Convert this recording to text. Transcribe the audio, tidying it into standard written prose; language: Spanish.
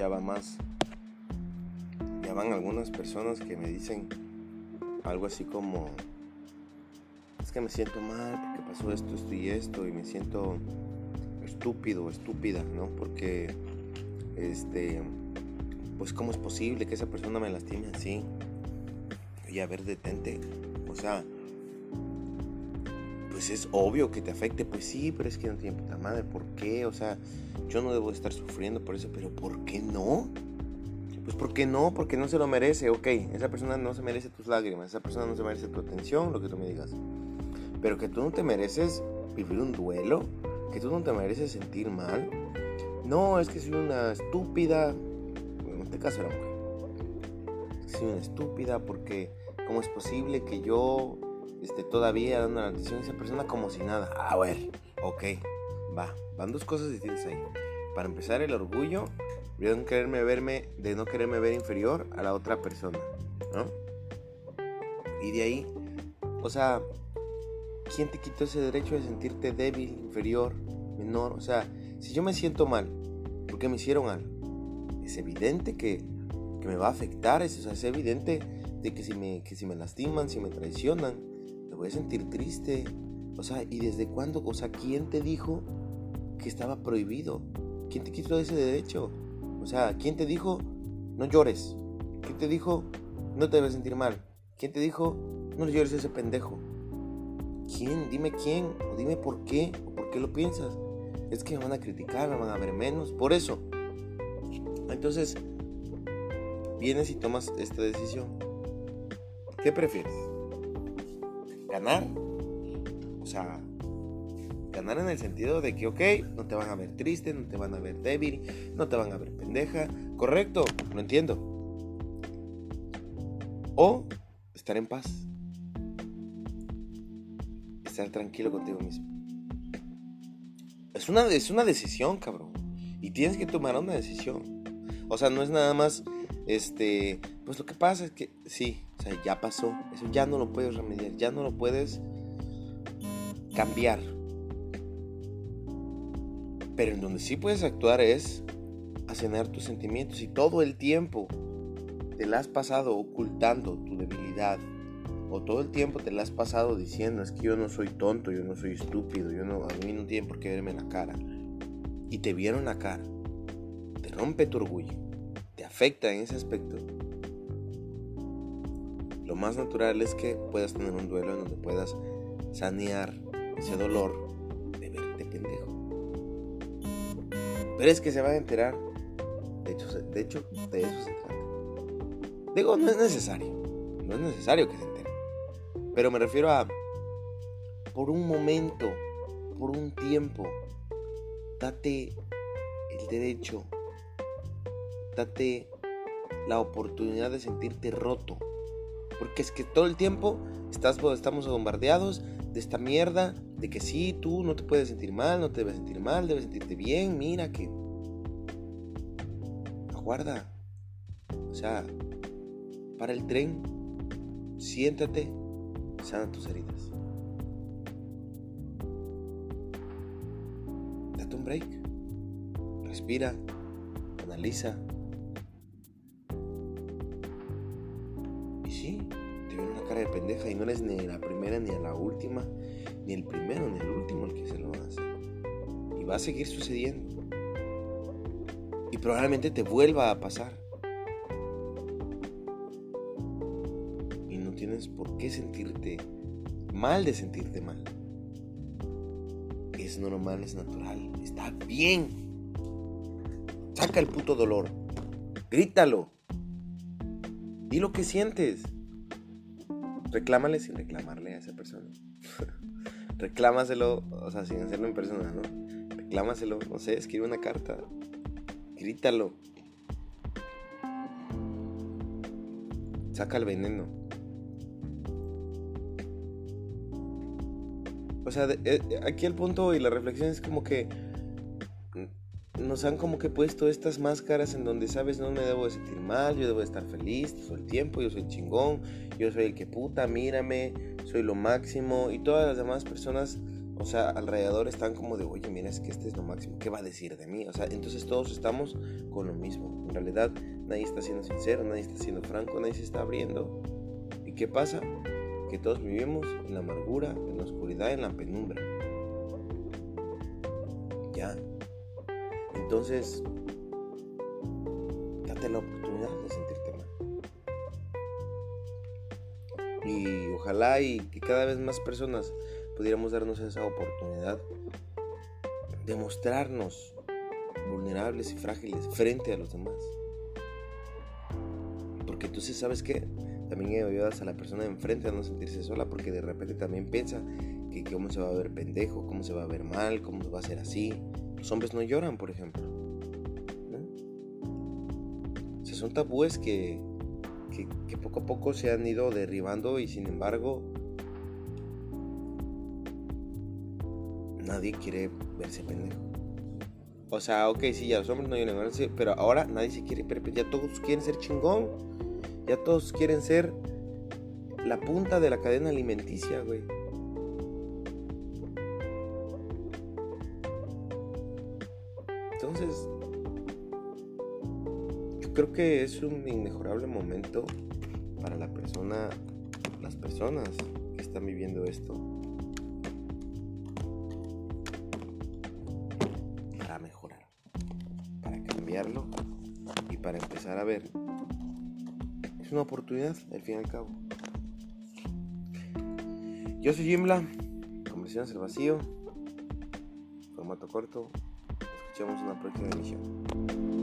ya va más. Ya van algunas personas que me dicen algo así como: es que me siento mal porque pasó esto y esto, y me siento estúpido o estúpida, ¿no? Porque, pues, ¿cómo es posible que esa persona me lastime así? Y a ver, detente. O sea, pues es obvio que te afecte. Pues sí, pero es que no tiene puta madre. ¿Por qué? O sea, yo no debo estar sufriendo por eso, pero ¿por qué no? Pues ¿por qué no? Porque no se lo merece. Ok, esa persona no se merece tus lágrimas, esa persona no se merece tu atención, lo que tú me digas. Pero que tú no te mereces vivir un duelo, que tú no te mereces sentir mal. No, es que soy una estúpida. Bueno, en este caso era mujer. Es que soy una estúpida porque ¿cómo es posible que yo esté todavía dando la atención a esa persona como si nada? A ver, ok, van dos cosas distintas ahí. Para empezar, el orgullo de no quererme ver inferior a la otra persona, ¿no? Y de ahí, o sea, ¿quién te quitó ese derecho de sentirte débil, inferior, menor? O sea, si yo me siento mal porque me hicieron algo, es evidente que me va a afectar. Es evidente de que si me lastiman, si me traicionan, me voy a sentir triste. O sea, ¿y desde cuándo? O sea, ¿quién te dijo que estaba prohibido? ¿Quién te quitó ese derecho? O sea, ¿quién te dijo no llores? ¿Quién te dijo no te debes sentir mal? ¿Quién te dijo no le llores a ese pendejo? ¿Quién? Dime quién, o dime por qué, o por qué lo piensas. Es que me van a criticar, me van a ver menos, por eso. Entonces, vienes y tomas esta decisión. ¿Qué prefieres? ¿Ganar? O sea, ganar en el sentido de que, ok, no te van a ver triste, no te van a ver débil, no te van a ver pendeja. Correcto, lo entiendo. O estar en paz. Estar tranquilo contigo mismo. Es una decisión, cabrón. Y tienes que tomar una decisión. O sea, no es nada más, pues lo que pasa es que, sí, o sea, ya pasó. Eso ya no lo puedes remediar, ya no lo puedes cambiar. Pero en donde sí puedes actuar es a sanar tus sentimientos. Y todo el tiempo te la has pasado ocultando tu debilidad, o todo el tiempo te la has pasado diciendo: es que yo no soy tonto, yo no soy estúpido, a mí no tienen por qué verme la cara. Y te vieron la cara, te rompe tu orgullo, te afecta en ese aspecto. Lo más natural es que puedas tener un duelo en donde puedas sanear ese dolor de verte pendejo. Pero es que se van a enterar. De hecho, de eso se trata. Digo, no es necesario que se enteren. Pero me refiero a, por un momento, por un tiempo, date el derecho, date la oportunidad de sentirte roto. Porque es que todo el tiempo estamos bombardeados de esta mierda, de que sí, tú no te puedes sentir mal, no te debes sentir mal, debes sentirte bien, mira que... Aguarda. O sea, para el tren, siéntate, sana tus heridas. Date un break. Respira, analiza. Y sí, te veo una cara de pendeja y no eres ni la primera ni la última, ni el primero ni el último el que se lo va a hacer. Y va a seguir sucediendo. Y probablemente te vuelva a pasar. Y no tienes por qué sentirte mal de sentirte mal. Es normal, es natural, está bien. Saca el puto dolor. Grítalo. Di lo que sientes. Reclámale sin reclamarle a esa persona. Reclámaselo, o sea, sin hacerlo en persona, ¿no? Reclámaselo, no sé, escribe una carta. Grítalo. Saca el veneno. O sea, aquí el punto y la reflexión es como que nos han como que puesto estas máscaras en donde, ¿sabes? No me debo de sentir mal, yo debo de estar feliz todo el tiempo, yo soy chingón, yo soy el que puta, mírame, soy lo máximo. Y todas las demás personas, O sea, alrededor están como de, oye, mira, es que este es lo máximo, ¿qué va a decir de mí? O sea, entonces todos estamos con lo mismo. En realidad nadie está siendo sincero, nadie está siendo franco, nadie se está abriendo. ¿Y qué pasa? Que todos vivimos en la amargura, en la oscuridad, en la penumbra. Ya. Entonces, date la oportunidad de sentirte mal. Y ojalá y que cada vez más personas pudiéramos darnos esa oportunidad de mostrarnos vulnerables y frágiles frente a los demás. Porque entonces, ¿sabes qué? También ayudas a la persona de enfrente a no sentirse sola, porque de repente también piensa que cómo se va a ver pendejo, cómo se va a ver mal, cómo va a ser así. Los hombres no lloran, por ejemplo, ¿no? O sea, son tabúes que poco a poco se han ido derribando y sin embargo nadie quiere verse pendejo. O sea, ok, sí, ya los hombres no lloran, pero ahora nadie se quiere, pero ya todos quieren ser chingón. Ya todos quieren ser la punta de la cadena alimenticia, güey. Entonces, yo creo que es un inmejorable momento para las personas que están viviendo esto, para mejorar, para cambiarlo y para empezar a ver. Es una oportunidad, al fin y al cabo. Yo soy Jimla, Conversaciones al Vacío, formato corto. Nos escuchamos en una próxima emisión.